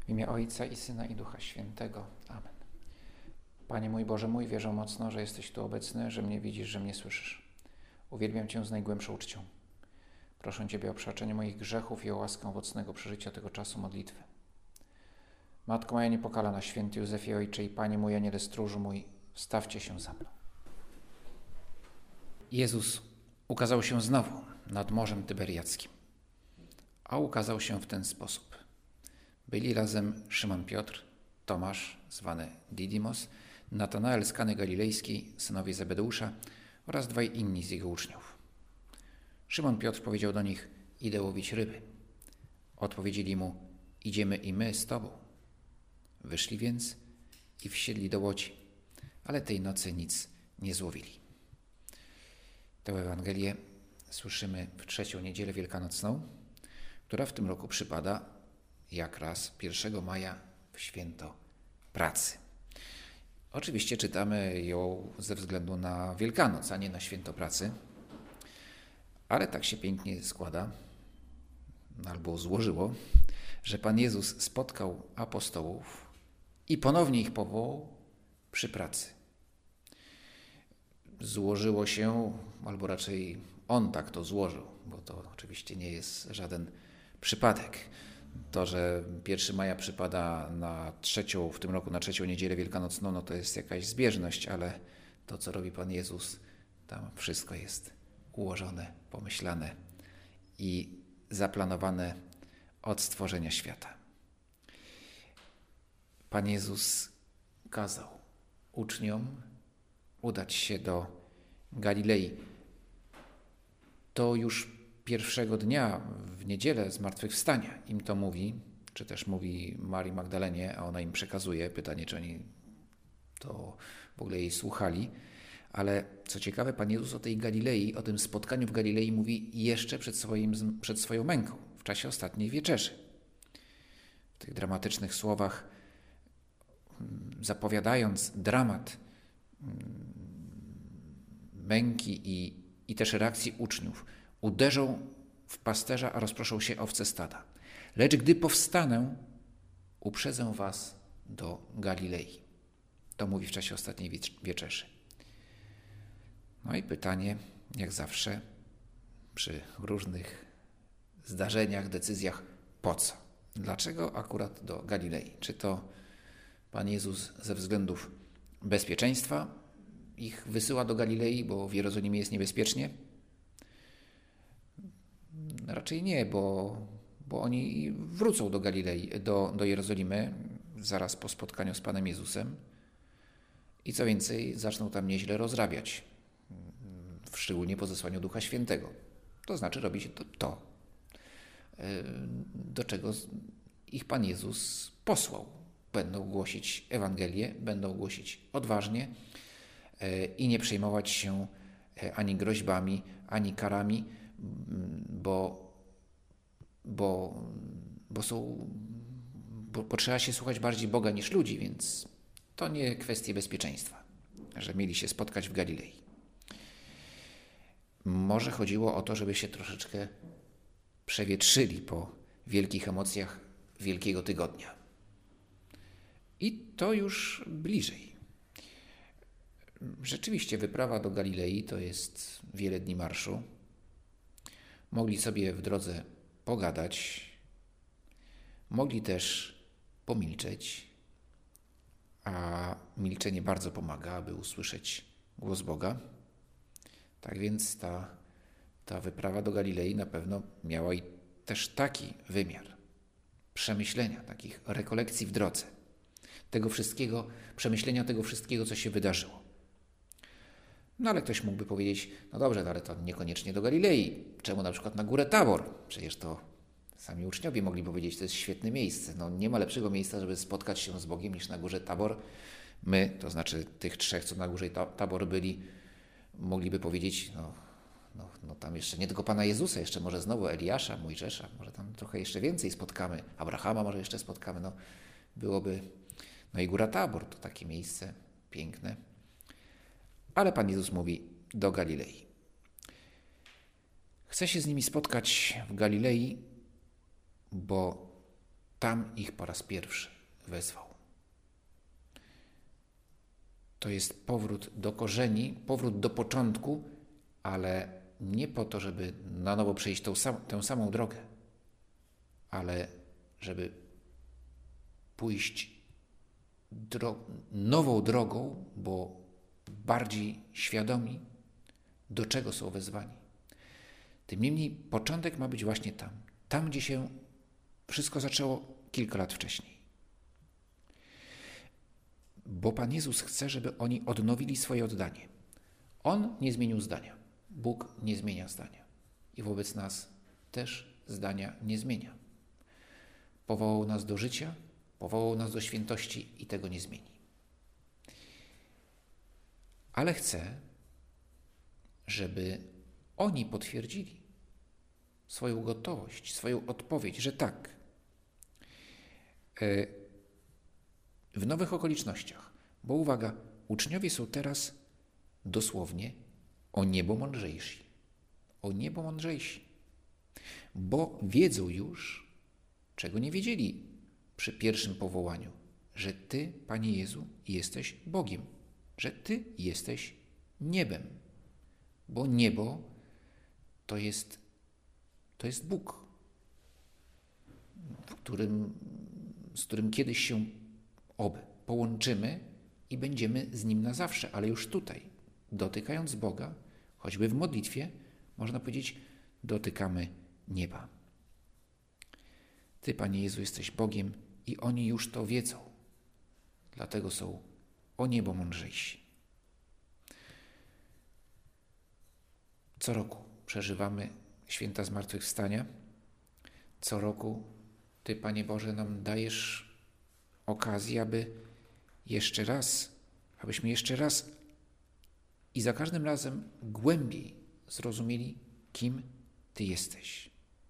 W imię Ojca i Syna i Ducha Świętego. Amen. Panie mój, Boże mój, wierzę mocno, że jesteś tu obecny, że mnie widzisz, że mnie słyszysz. Uwielbiam Cię z najgłębszą uczcią. Proszę Ciebie o przebaczenie moich grzechów i o łaskę owocnego przeżycia tego czasu modlitwy. Matko moja niepokalana, święty Józefie Ojcze i Panie mój, Aniele stróżu mój, wstawcie się za mną. Jezus ukazał się znowu nad Morzem Tyberiackim, a ukazał się w ten sposób. Byli razem Szymon Piotr, Tomasz, zwany Didymos, Natanael z Kany Galilejskiej, synowie Zebedeusza oraz dwaj inni z jego uczniów. Szymon Piotr powiedział do nich: idę łowić ryby. Odpowiedzieli mu: idziemy i my z tobą. Wyszli więc i wsiedli do łodzi, ale tej nocy nic nie złowili. Tę Ewangelię słyszymy w trzecią niedzielę wielkanocną, która w tym roku przypada jak raz 1 maja w święto pracy. Oczywiście czytamy ją ze względu na Wielkanoc, a nie na święto pracy, ale tak się pięknie składa, albo złożyło, że Pan Jezus spotkał apostołów i ponownie ich powołał przy pracy. Złożyło się, albo raczej On tak to złożył, bo to oczywiście nie jest żaden przypadek. To, że 1 maja przypada na w tym roku na trzecią niedzielę wielkanocną, no to jest jakaś zbieżność, ale to, co robi Pan Jezus, tam wszystko jest ułożone, pomyślane i zaplanowane od stworzenia świata. Pan Jezus kazał uczniom udać się do Galilei. To już pierwszego dnia w niedzielę zmartwychwstania im to mówi, czy też mówi Marii Magdalenie, a ona im przekazuje. Pytanie, czy oni to w ogóle jej słuchali. Ale co ciekawe, Pan Jezus o tej Galilei, o tym spotkaniu w Galilei mówi jeszcze przed swoją męką, w czasie ostatniej wieczerzy. W tych dramatycznych słowach, zapowiadając dramat męki i też reakcji uczniów, uderzą w pasterza, a rozproszą się owce stada. Lecz gdy powstanę, uprzedzę was do Galilei. To mówi w czasie ostatniej wieczerzy. No i pytanie, jak zawsze, przy różnych zdarzeniach, decyzjach, po co? Dlaczego akurat do Galilei? Czy to Pan Jezus ze względów bezpieczeństwa ich wysyła do Galilei, bo w Jerozolimie jest niebezpiecznie? Raczej nie, bo oni wrócą do Galilei, do Jerozolimy zaraz po spotkaniu z Panem Jezusem i co więcej, zaczną tam nieźle rozrabiać, szczególnie po zesłaniu Ducha Świętego. To znaczy robić to, do czego ich Pan Jezus posłał. Będą głosić Ewangelię, będą głosić odważnie i nie przejmować się ani groźbami, ani karami, bo trzeba się słuchać bardziej Boga niż ludzi, więc to nie kwestie bezpieczeństwa, że mieli się spotkać w Galilei. Może chodziło o to, żeby się troszeczkę przewietrzyli po wielkich emocjach Wielkiego Tygodnia. I to już bliżej. Rzeczywiście wyprawa do Galilei to jest wiele dni marszu. Mogli sobie w drodze pogadać, mogli też pomilczeć, a milczenie bardzo pomaga, aby usłyszeć głos Boga. Tak więc ta wyprawa do Galilei na pewno miała i też taki wymiar przemyślenia, takich rekolekcji w drodze, tego wszystkiego, przemyślenia tego wszystkiego, co się wydarzyło. No ale ktoś mógłby powiedzieć, no dobrze, ale to niekoniecznie do Galilei. Czemu na przykład na Górę Tabor? Przecież to sami uczniowie mogli powiedzieć, to jest świetne miejsce. No nie ma lepszego miejsca, żeby spotkać się z Bogiem niż na Górze Tabor. My, to znaczy tych trzech, co na Górze Tabor byli, mogliby powiedzieć, no tam jeszcze nie tylko Pana Jezusa, jeszcze może znowu Eliasza, Mojżesza, może tam trochę jeszcze więcej spotkamy, Abrahama może jeszcze spotkamy, no byłoby, no i Góra Tabor to takie miejsce piękne. Ale Pan Jezus mówi do Galilei. Chce się z nimi spotkać w Galilei, bo Tam ich po raz pierwszy wezwał. To jest powrót do korzeni, powrót do początku, ale nie po to, żeby na nowo przejść tę samą drogę, ale żeby pójść nową drogą, bo bardziej świadomi, do czego są wezwani. Tym niemniej początek ma być właśnie tam, gdzie się wszystko zaczęło kilka lat wcześniej. Bo Pan Jezus chce, żeby oni odnowili swoje oddanie. On nie zmienił zdania. Bóg nie zmienia zdania. I wobec nas też zdania nie zmienia. Powołał nas do życia, powołał nas do świętości i tego nie zmieni. Ale chce, żeby oni potwierdzili swoją gotowość, swoją odpowiedź, że tak, w nowych okolicznościach. Bo uwaga, uczniowie są teraz dosłownie o niebo mądrzejsi. O niebo mądrzejsi. Bo wiedzą już, czego nie wiedzieli przy pierwszym powołaniu, że Ty, Panie Jezu, jesteś Bogiem, że Ty jesteś niebem. Bo niebo to jest Bóg, z którym kiedyś się połączymy i będziemy z Nim na zawsze, ale już tutaj, dotykając Boga, choćby w modlitwie, można powiedzieć, dotykamy nieba. Ty, Panie Jezu, jesteś Bogiem i oni już to wiedzą. Dlatego są o niebo mądrzejsi. Co roku przeżywamy święta zmartwychwstania. Co roku Ty, Panie Boże, nam dajesz okazję, abyśmy jeszcze raz i za każdym razem głębiej zrozumieli, kim Ty jesteś.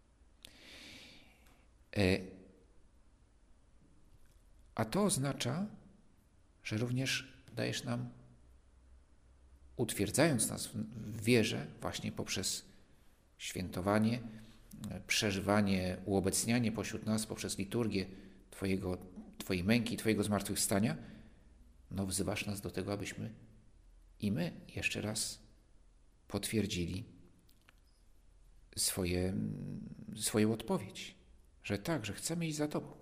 A to oznacza, że również dajesz nam, utwierdzając nas w wierze, właśnie poprzez świętowanie, przeżywanie, uobecnianie pośród nas, poprzez liturgię Twojej męki, Twojego zmartwychwstania, wzywasz nas do tego, abyśmy i my jeszcze raz potwierdzili swoją odpowiedź, że tak, że chcemy iść za Tobą.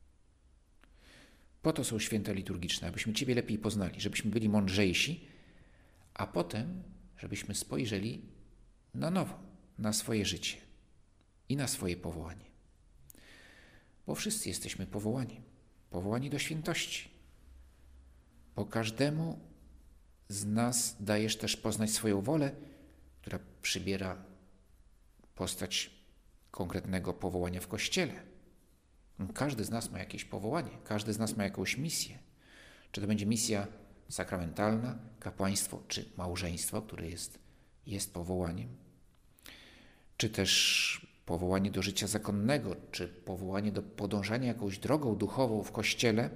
Po to są święta liturgiczne, abyśmy Ciebie lepiej poznali, żebyśmy byli mądrzejsi, a potem, żebyśmy spojrzeli na nowo na swoje życie i na swoje powołanie. Bo wszyscy jesteśmy powołani do świętości. Bo każdemu z nas dajesz też poznać swoją wolę, która przybiera postać konkretnego powołania w Kościele. Każdy z nas ma jakieś powołanie, każdy z nas ma jakąś misję. Czy to będzie misja sakramentalna, kapłaństwo, czy małżeństwo, które jest powołaniem, czy też powołanie do życia zakonnego, czy powołanie do podążania jakąś drogą duchową w Kościele.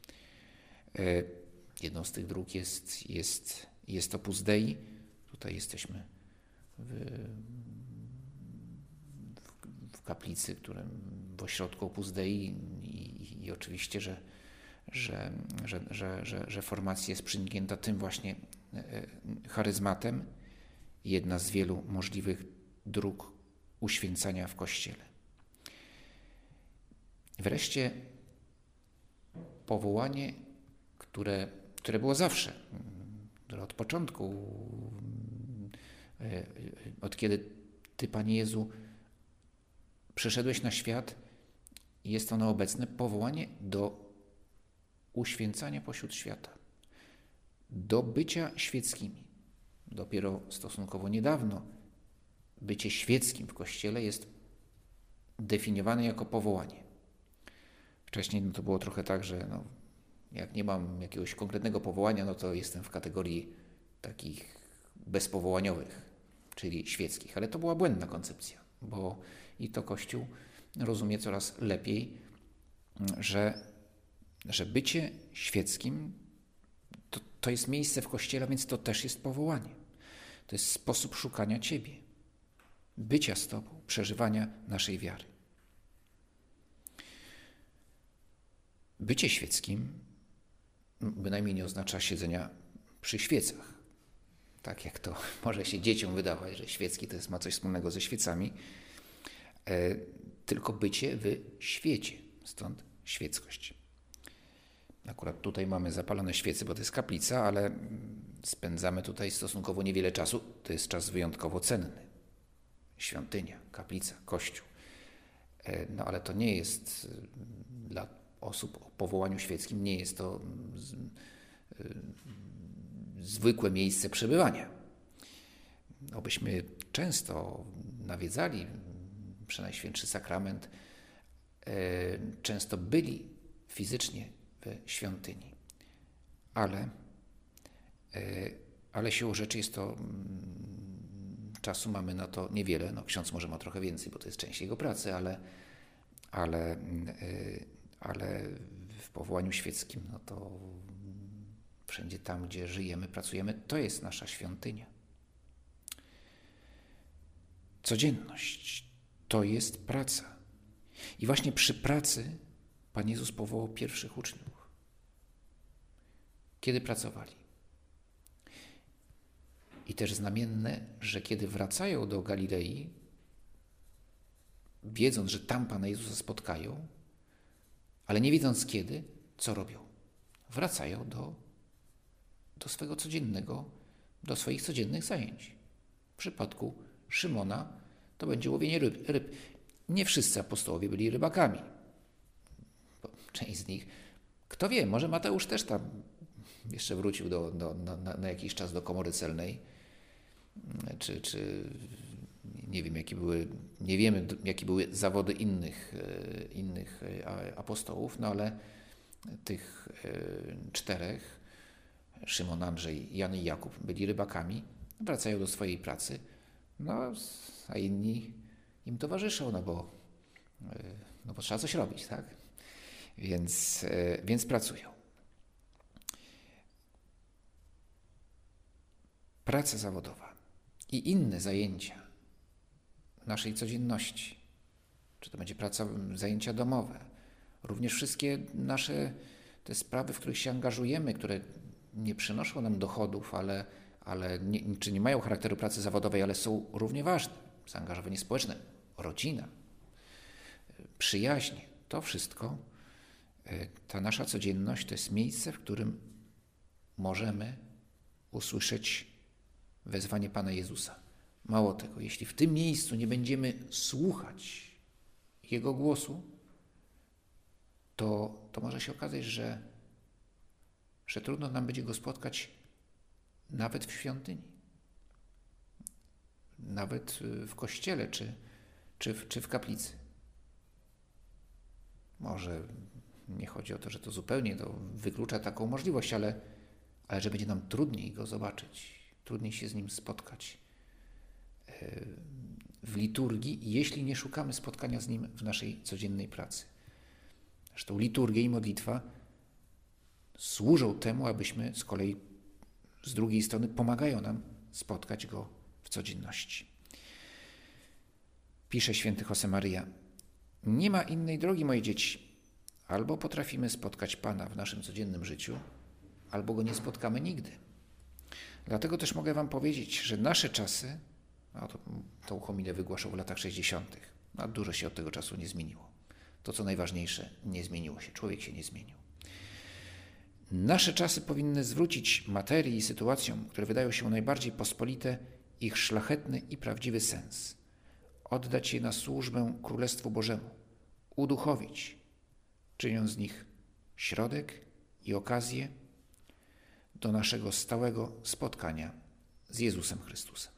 Jedną z tych dróg jest Opus Dei. Tutaj jesteśmy w kaplicy, w ośrodku Opus Dei i oczywiście, że formacja jest przeniknięta tym właśnie charyzmatem. Jedna z wielu możliwych dróg uświęcania w Kościele. Wreszcie powołanie, które było zawsze, które od początku, od kiedy Ty, Panie Jezu, przyszedłeś na świat, jest ono obecne, powołanie do uświęcania pośród świata, do bycia świeckimi. Dopiero stosunkowo niedawno bycie świeckim w Kościele jest definiowane jako powołanie. Wcześniej to było trochę tak, że jak nie mam jakiegoś konkretnego powołania, to jestem w kategorii takich bezpowołaniowych, czyli świeckich. Ale to była błędna koncepcja, bo i to Kościół rozumie coraz lepiej, że bycie świeckim to jest miejsce w Kościele, więc to też jest powołanie. To jest sposób szukania Ciebie, bycia z Tobą, przeżywania naszej wiary. Bycie świeckim bynajmniej nie oznacza siedzenia przy świecach. Tak jak to może się dzieciom wydawać, że świecki to ma coś wspólnego ze świecami, tylko bycie w świecie, stąd świeckość. Akurat tutaj mamy zapalone świece, bo to jest kaplica, ale spędzamy tutaj stosunkowo niewiele czasu. To jest czas wyjątkowo cenny. Świątynia, kaplica, kościół. No ale to nie jest dla osób o powołaniu świeckim, nie jest to zwykłe miejsce przebywania. Obyśmy często nawiedzali Przenajświętszy Sakrament, często byli fizycznie w świątyni, ale siłą rzeczy jest to, czasu mamy na to niewiele. No, ksiądz może ma trochę więcej, bo to jest część jego pracy, ale w powołaniu świeckim, no to wszędzie tam, gdzie żyjemy, pracujemy, to jest nasza świątynia. Codzienność to jest praca. I właśnie przy pracy Pan Jezus powołał pierwszych uczniów. Kiedy pracowali. I też znamienne, że kiedy wracają do Galilei, wiedząc, że tam Pana Jezusa spotkają, ale nie wiedząc kiedy, co robią? Wracają do swego codziennego, do swoich codziennych zajęć. W przypadku Szymona to będzie łowienie ryb. Nie wszyscy apostołowie byli rybakami. Część z nich, kto wie, może Mateusz też tam jeszcze wrócił na jakiś czas do komory celnej, czy nie wiem, nie wiemy, jakie były zawody innych apostołów, no ale tych czterech, Szymon, Andrzej, Jan i Jakub, byli rybakami, wracają do swojej pracy, no a inni im towarzyszą, no bo trzeba coś robić, tak? Więc pracują. Praca zawodowa i inne zajęcia naszej codzienności, czy to będzie zajęcia domowe, również wszystkie nasze te sprawy, w których się angażujemy, które nie przynoszą nam dochodów, czy nie mają charakteru pracy zawodowej, ale są równie ważne. Zaangażowanie społeczne, rodzina, przyjaźnie, to wszystko, ta nasza codzienność to jest miejsce, w którym możemy usłyszeć wezwanie Pana Jezusa. Mało tego, jeśli w tym miejscu nie będziemy słuchać Jego głosu, to może się okazać, że trudno nam będzie Go spotkać nawet w świątyni, nawet w kościele czy w kaplicy. Może nie chodzi o to, że to zupełnie wyklucza taką możliwość, ale że będzie nam trudniej Go zobaczyć, trudniej się z Nim spotkać w liturgii, jeśli nie szukamy spotkania z Nim w naszej codziennej pracy. Zresztą liturgia i modlitwa służą temu, abyśmy z kolei z drugiej strony pomagają nam spotkać Go w codzienności. Pisze święty Josemaria: nie ma innej drogi, moje dzieci. Albo potrafimy spotkać Pana w naszym codziennym życiu, albo Go nie spotkamy nigdy. Dlatego też mogę Wam powiedzieć, że nasze czasy, tą homilię wygłaszał w latach 60., a dużo się od tego czasu nie zmieniło. To, co najważniejsze, nie zmieniło się. Człowiek się nie zmienił. Nasze czasy powinny zwrócić materii i sytuacjom, które wydają się najbardziej pospolite, ich szlachetny i prawdziwy sens. Oddać je na służbę Królestwu Bożemu, uduchowić, czyniąc z nich środek i okazję do naszego stałego spotkania z Jezusem Chrystusem.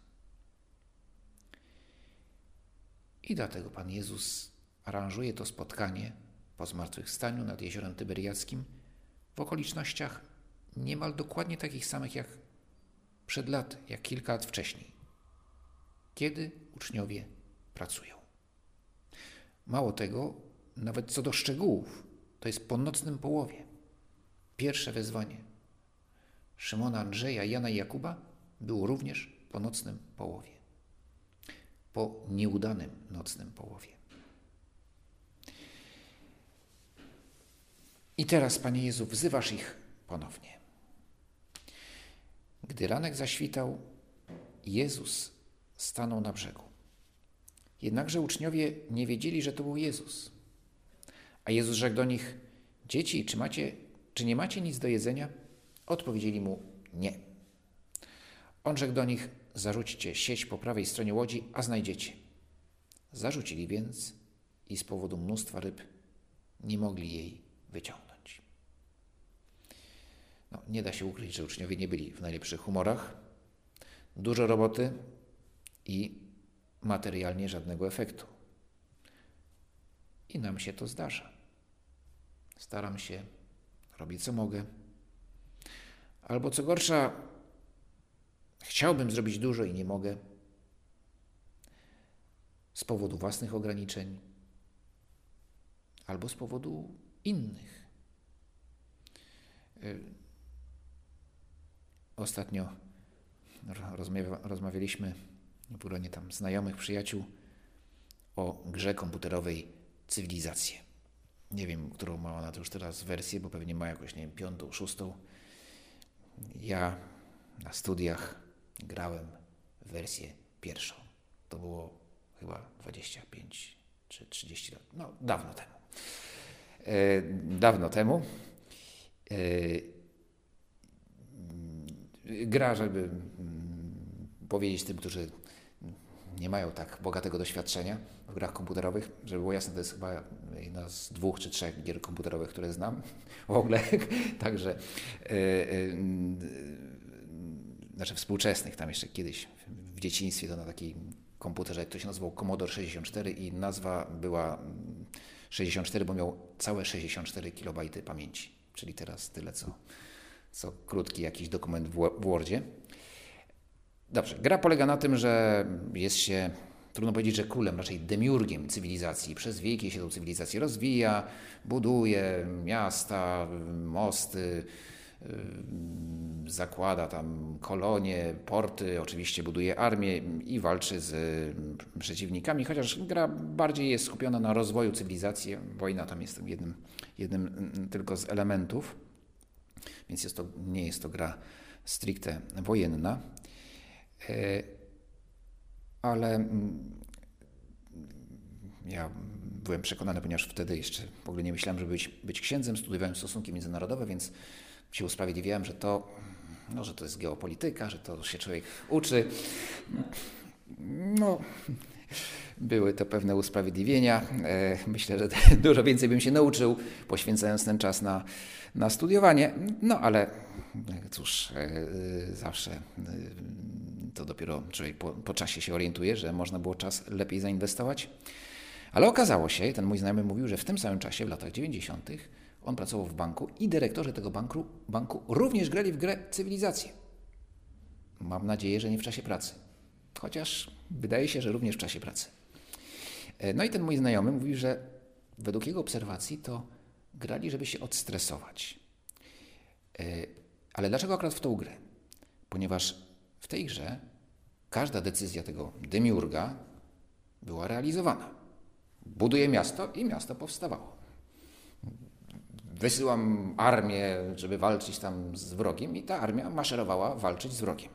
I dlatego Pan Jezus aranżuje to spotkanie po zmartwychwstaniu nad Jeziorem Tyberiackim w okolicznościach niemal dokładnie takich samych jak przed laty, jak kilka lat wcześniej, kiedy uczniowie pracują. Mało tego, nawet co do szczegółów, to jest po nocnym połowie. Pierwsze wezwanie Szymona, Andrzeja, Jana i Jakuba było również po nocnym połowie. Po nieudanym nocnym połowie. I teraz, Panie Jezu, wzywasz ich ponownie. Gdy ranek zaświtał, Jezus stanął na brzegu. Jednakże uczniowie nie wiedzieli, że to był Jezus. A Jezus rzekł do nich: dzieci, czy nie macie nic do jedzenia? Odpowiedzieli mu: nie. On rzekł do nich: zarzućcie sieć po prawej stronie łodzi, a znajdziecie. Zarzucili więc i z powodu mnóstwa ryb nie mogli jej wyciągnąć. Nie da się ukryć, że uczniowie nie byli w najlepszych humorach. Dużo roboty i materialnie żadnego efektu. I nam się to zdarza. Staram się, robię co mogę. Albo co gorsza, chciałbym zrobić dużo i nie mogę. Z powodu własnych ograniczeń. Albo z powodu innych. Ostatnio rozmawialiśmy w gronie tam znajomych, przyjaciół o grze komputerowej Cywilizacje. Nie wiem, którą ma ona to już teraz wersję, bo pewnie ma jakoś, nie wiem, 5., 6. Ja na studiach grałem w wersję pierwszą. To było chyba 25 czy 30 lat. Dawno temu. Gra, żeby powiedzieć tym, którzy nie mają tak bogatego doświadczenia w grach komputerowych, żeby było jasne, to jest chyba jedna z 2 czy 3 gier komputerowych, które znam w ogóle. Także znaczy współczesnych, tam jeszcze kiedyś w dzieciństwie to na takiej komputerze, to się nazywał Commodore 64 i nazwa była 64, bo miał całe 64 KB pamięci, czyli teraz tyle, co krótki jakiś dokument w Wordzie. Dobrze, gra polega na tym, że jest się, trudno powiedzieć, że królem, raczej demiurgiem cywilizacji. Przez wieki się tą cywilizację rozwija, buduje miasta, mosty, zakłada tam kolonie, porty, oczywiście buduje armię i walczy z przeciwnikami, chociaż gra bardziej jest skupiona na rozwoju cywilizacji. Wojna tam jest jednym tylko z elementów, więc nie jest to gra stricte wojenna. Ale ja byłem przekonany, ponieważ wtedy jeszcze w ogóle nie myślałem, żeby być księdzem, studiowałem stosunki międzynarodowe, więc się usprawiedliwiałem, że to jest geopolityka, że to się człowiek uczy. Były to pewne usprawiedliwienia. Myślę, że dużo więcej bym się nauczył, poświęcając ten czas na studiowanie. Ale cóż, zawsze to dopiero człowiek po czasie się orientuje, że można było czas lepiej zainwestować. Ale okazało się, ten mój znajomy mówił, że w tym samym czasie, w latach 90. on pracował w banku i dyrektorzy tego banku również grali w grę Cywilizację. Mam nadzieję, że nie w czasie pracy. Chociaż wydaje się, że również w czasie pracy. I ten mój znajomy mówi, że według jego obserwacji to grali, żeby się odstresować. Ale dlaczego akurat w tą grę? Ponieważ w tej grze każda decyzja tego demiurga była realizowana. Buduje miasto i miasto powstawało. Wysyłam armię, żeby walczyć tam z wrogiem i ta armia maszerowała walczyć z wrogiem.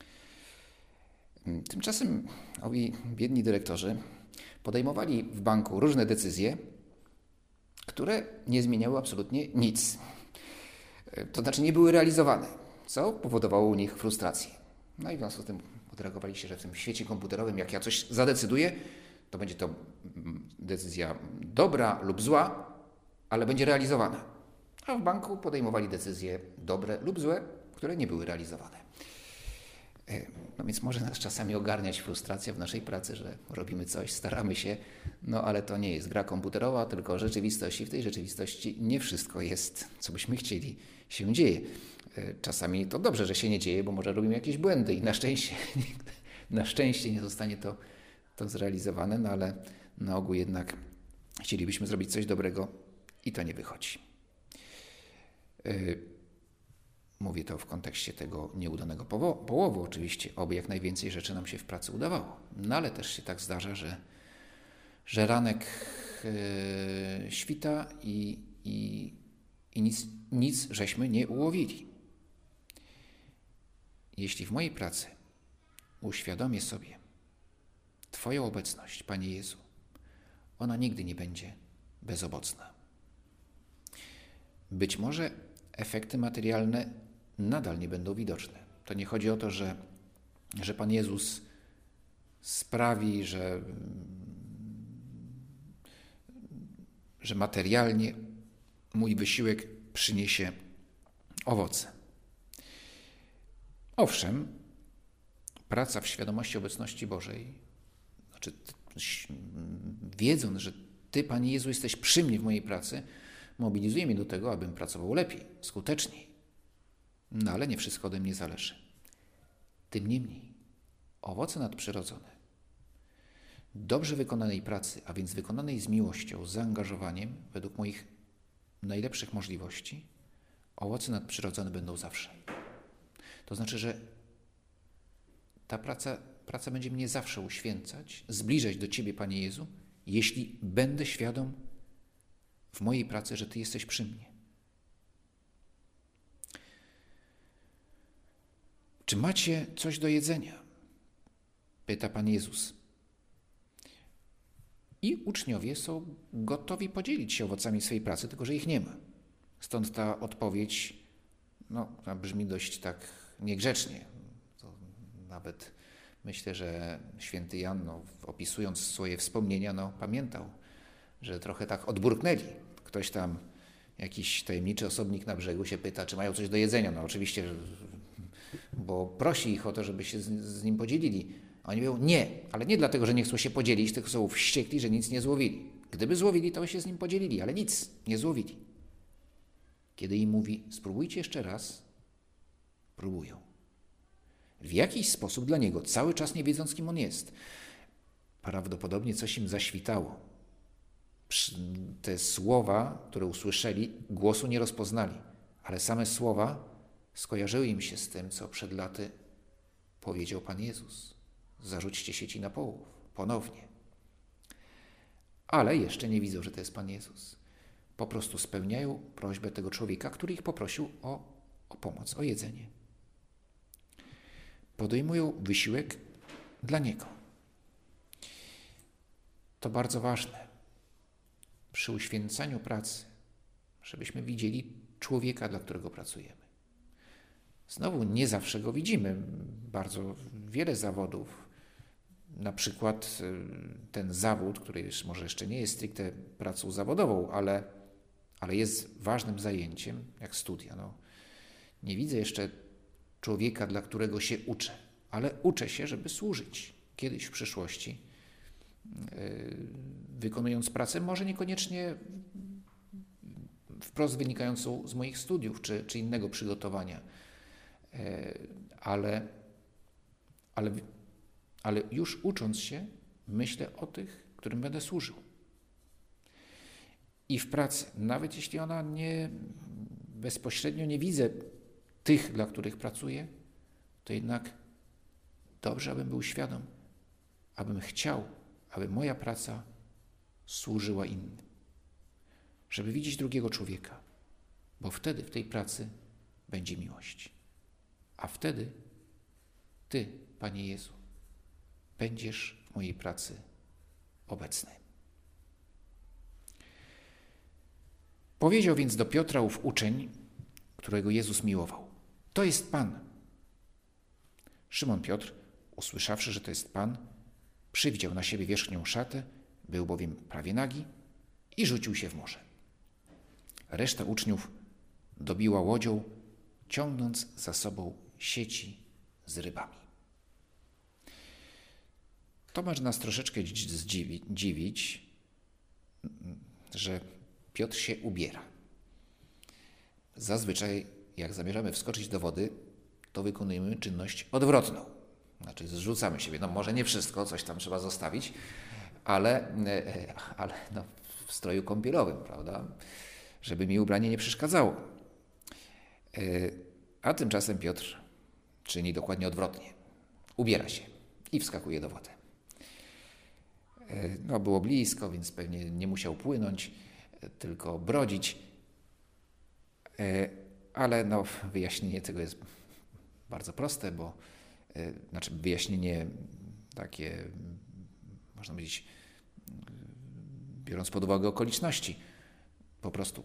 Tymczasem owi biedni dyrektorzy podejmowali w banku różne decyzje, które nie zmieniały absolutnie nic. To znaczy nie były realizowane, co powodowało u nich frustrację. I w związku z tym odreagowali się, że w tym świecie komputerowym, jak ja coś zadecyduję, to będzie to decyzja dobra lub zła, ale będzie realizowana. A w banku podejmowali decyzje dobre lub złe, które nie były realizowane. Więc może nas czasami ogarniać frustracja w naszej pracy, że robimy coś, staramy się, ale to nie jest gra komputerowa, tylko rzeczywistość i w tej rzeczywistości nie wszystko jest, co byśmy chcieli, się dzieje. Czasami to dobrze, że się nie dzieje, bo może robimy jakieś błędy i na szczęście nie zostanie to zrealizowane, ale na ogół jednak chcielibyśmy zrobić coś dobrego i to nie wychodzi. Mówię to w kontekście tego nieudanego połowu. Oczywiście, oby jak najwięcej rzeczy nam się w pracy udawało. Ale też się tak zdarza, że ranek świta i i nic żeśmy nie ułowili. Jeśli w mojej pracy uświadomię sobie Twoją obecność, Panie Jezu, ona nigdy nie będzie bezowocna. Być może efekty materialne nadal nie będą widoczne. To nie chodzi o to, że Pan Jezus sprawi, że materialnie mój wysiłek przyniesie owoce. Owszem, praca w świadomości obecności Bożej, znaczy wiedząc, że Ty, Panie Jezu, jesteś przy mnie w mojej pracy, mobilizuje mnie do tego, abym pracował lepiej, skuteczniej. No ale nie wszystko ode mnie zależy. Tym niemniej, owoce nadprzyrodzone, dobrze wykonanej pracy, a więc wykonanej z miłością, z zaangażowaniem, według moich najlepszych możliwości, owoce nadprzyrodzone będą zawsze. To znaczy, że ta praca będzie mnie zawsze uświęcać, zbliżać do Ciebie, Panie Jezu, jeśli będę świadom w mojej pracy, że Ty jesteś przy mnie. Czy macie coś do jedzenia? Pyta Pan Jezus. I uczniowie są gotowi podzielić się owocami swojej pracy, tylko że ich nie ma. Stąd ta odpowiedź brzmi dość tak niegrzecznie. To nawet myślę, że święty Jan, opisując swoje wspomnienia, pamiętał, że trochę tak odburknęli. Ktoś tam, jakiś tajemniczy osobnik na brzegu się pyta, czy mają coś do jedzenia. Oczywiście, bo prosi ich o to, żeby się z nim podzielili. A oni mówią nie, ale nie dlatego, że nie chcą się podzielić, tylko są wściekli, że nic nie złowili. Gdyby złowili, to by się z nim podzielili, ale nic nie złowili. Kiedy im mówi, spróbujcie jeszcze raz, próbują. W jakiś sposób dla niego, cały czas nie wiedząc, kim on jest. Prawdopodobnie coś im zaświtało. Te słowa, które usłyszeli, głosu nie rozpoznali, ale same słowa skojarzyły im się z tym, co przed laty powiedział Pan Jezus. Zarzućcie sieci na połów, ponownie. Ale jeszcze nie widzą, że to jest Pan Jezus. Po prostu spełniają prośbę tego człowieka, który ich poprosił o pomoc, o jedzenie. Podejmują wysiłek dla Niego. To bardzo ważne. Przy uświęcaniu pracy, żebyśmy widzieli człowieka, dla którego pracujemy. Znowu nie zawsze go widzimy. Bardzo wiele zawodów, na przykład ten zawód, który może jeszcze nie jest stricte pracą zawodową, ale jest ważnym zajęciem, jak studia. Nie widzę jeszcze człowieka, dla którego się uczę, ale uczę się, żeby służyć kiedyś w przyszłości, wykonując pracę, może niekoniecznie wprost wynikającą z moich studiów czy innego przygotowania, ale już ucząc się, myślę o tych, którym będę służył. I w pracy, nawet jeśli ona bezpośrednio nie widzę tych, dla których pracuję, to jednak dobrze, abym był świadom, abym chciał, aby moja praca służyła innym. Żeby widzieć drugiego człowieka, bo wtedy w tej pracy będzie miłość. A wtedy Ty, Panie Jezu, będziesz w mojej pracy obecny. Powiedział więc do Piotra ów uczeń, którego Jezus miłował. To jest Pan. Szymon Piotr, usłyszawszy, że to jest Pan, przywdział na siebie wierzchnią szatę, był bowiem prawie nagi i rzucił się w morze. Reszta uczniów dobiła łodzią, ciągnąc za sobą sieci z rybami. To może nas troszeczkę dziwić, że Piotr się ubiera. Zazwyczaj, jak zamierzamy wskoczyć do wody, to wykonujemy czynność odwrotną. Znaczy zrzucamy siebie. Może nie wszystko, coś tam trzeba zostawić, ale w stroju kąpielowym, prawda? Żeby mi ubranie nie przeszkadzało. A tymczasem Piotr czyni dokładnie odwrotnie. Ubiera się i wskakuje do wody. Było blisko, więc pewnie nie musiał płynąć, tylko brodzić. Ale wyjaśnienie tego jest bardzo proste, bo wyjaśnienie takie, można powiedzieć, biorąc pod uwagę okoliczności, po prostu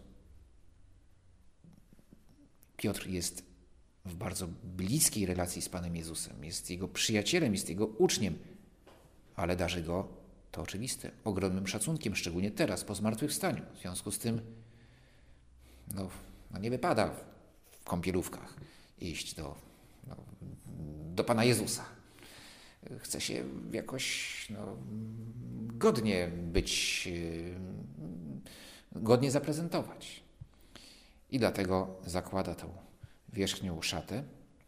Piotr jest w bardzo bliskiej relacji z Panem Jezusem, jest Jego przyjacielem, jest Jego uczniem, ale darzy Go, to oczywiste, ogromnym szacunkiem, szczególnie teraz, po zmartwychwstaniu. W związku z tym nie wypada w kąpielówkach iść do Pana Jezusa. Chce się jakoś godnie godnie zaprezentować. I dlatego zakłada tą wierzchnią szatę.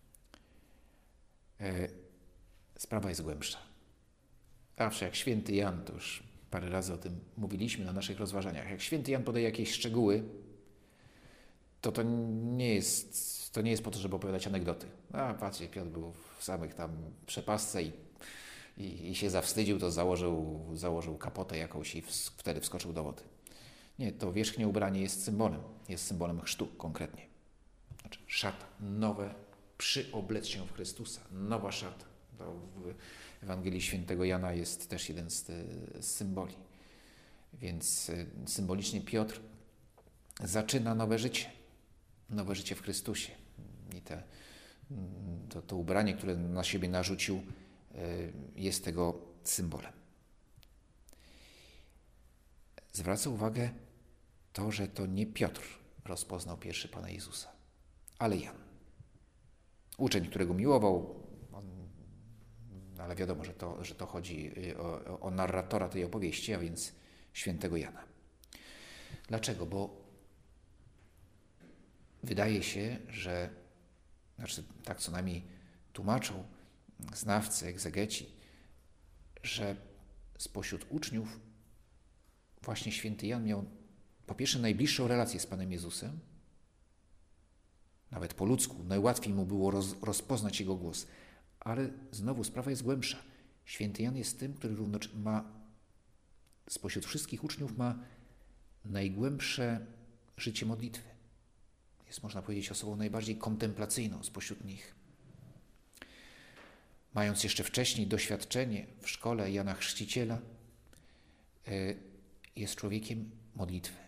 Sprawa jest głębsza. Zawsze jak święty Jan, to już parę razy o tym mówiliśmy na naszych rozważaniach, jak święty Jan podaje jakieś szczegóły, to nie jest po to, żeby opowiadać anegdoty. Patrzcie, Piotr był w samych tam przepastce i się zawstydził, to założył kapotę jakąś i wtedy wskoczył do wody. Nie, to wierzchnie ubranie jest symbolem chrztu konkretnie. Znaczy szata, nowe, przyoblec się w Chrystusa, nowa szata. To w Ewangelii Świętego Jana jest też jeden z symboli. Więc symbolicznie Piotr zaczyna nowe życie w Chrystusie. I to ubranie, które na siebie narzucił, jest tego symbolem. Zwraca uwagę to, że to nie Piotr rozpoznał pierwszy Pana Jezusa, ale Jan. Uczeń, którego miłował, ale wiadomo, że to chodzi o narratora tej opowieści, a więc świętego Jana. Dlaczego? Bo wydaje się, że, tak co najmniej tłumaczą znawcy, egzegeci, że spośród uczniów właśnie święty Jan miał po pierwsze najbliższą relację z Panem Jezusem, nawet po ludzku, najłatwiej mu było rozpoznać Jego głos. Ale znowu sprawa jest głębsza. Święty Jan jest tym, który spośród wszystkich uczniów ma najgłębsze życie modlitwy. Jest, można powiedzieć, osobą najbardziej kontemplacyjną spośród nich. Mając jeszcze wcześniej doświadczenie w szkole Jana Chrzciciela, jest człowiekiem modlitwy.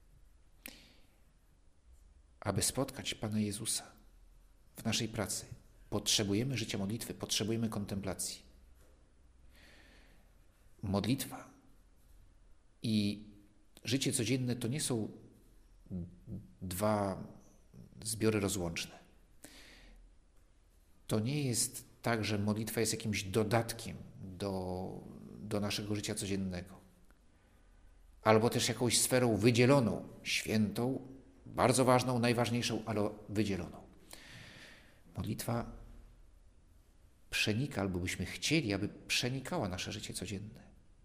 Aby spotkać Pana Jezusa w naszej pracy, potrzebujemy życia modlitwy, potrzebujemy kontemplacji. Modlitwa i życie codzienne to nie są dwa zbiory rozłączne. To nie jest tak, że modlitwa jest jakimś dodatkiem do naszego życia codziennego. Albo też jakąś sferą wydzieloną, świętą, bardzo ważną, najważniejszą, ale wydzieloną. Modlitwa przenika, albo byśmy chcieli, aby przenikała nasze życie codzienne.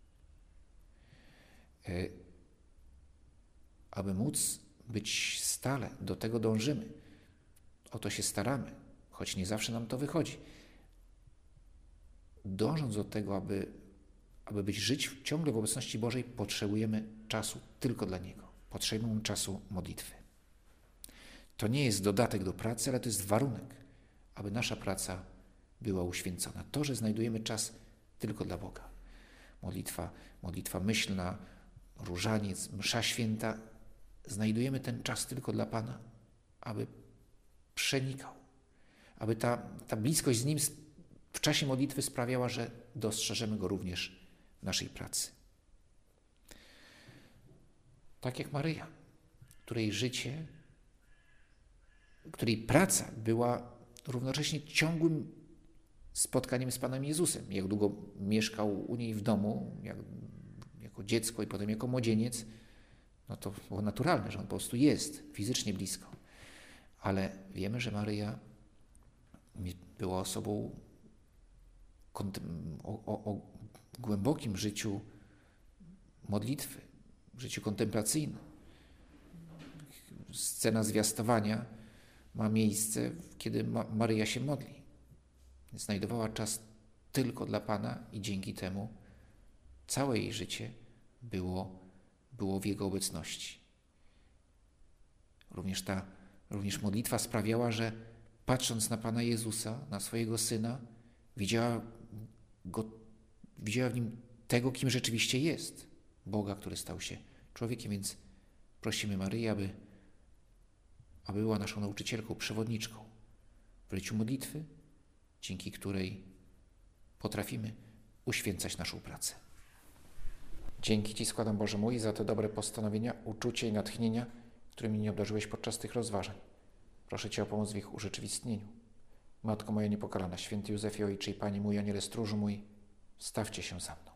Aby móc być stale, do tego dążymy. O to się staramy, choć nie zawsze nam to wychodzi. Dążąc do tego, aby żyć ciągle w obecności Bożej, potrzebujemy czasu tylko dla Niego. Potrzebujemy czasu modlitwy. To nie jest dodatek do pracy, ale to jest warunek, aby nasza praca była uświęcona. To, że znajdujemy czas tylko dla Boga. Modlitwa myślna, różaniec, msza święta. Znajdujemy ten czas tylko dla Pana, aby przenikał. Aby ta bliskość z Nim w czasie modlitwy sprawiała, że dostrzeżemy Go również w naszej pracy. Tak jak Maryja, której praca była równocześnie ciągłym spotkaniem z Panem Jezusem. Jak długo mieszkał u niej w domu, jako dziecko i potem jako młodzieniec, to było naturalne, że on po prostu jest fizycznie blisko. Ale wiemy, że Maryja była osobą o głębokim życiu modlitwy, życiu kontemplacyjnym. Scena zwiastowania ma miejsce, kiedy Maryja się modli. Znajdowała czas tylko dla Pana i dzięki temu całe jej życie było w Jego obecności. Również ta Również modlitwa sprawiała, że patrząc na Pana Jezusa, na swojego Syna, widziała w Nim tego, kim rzeczywiście jest. Boga, który stał się człowiekiem, więc prosimy Maryję, aby była naszą nauczycielką, przewodniczką w życiu modlitwy, dzięki której potrafimy uświęcać naszą pracę. Dzięki Ci składam, Boże mój, za te dobre postanowienia, uczucie i natchnienia, którymi mnie obdarzyłeś podczas tych rozważań. Proszę Cię o pomoc w ich urzeczywistnieniu. Matko moja niepokalana, święty Józefie, Ojcze i Panie mój, Aniele stróżu mój, stawcie się za mną.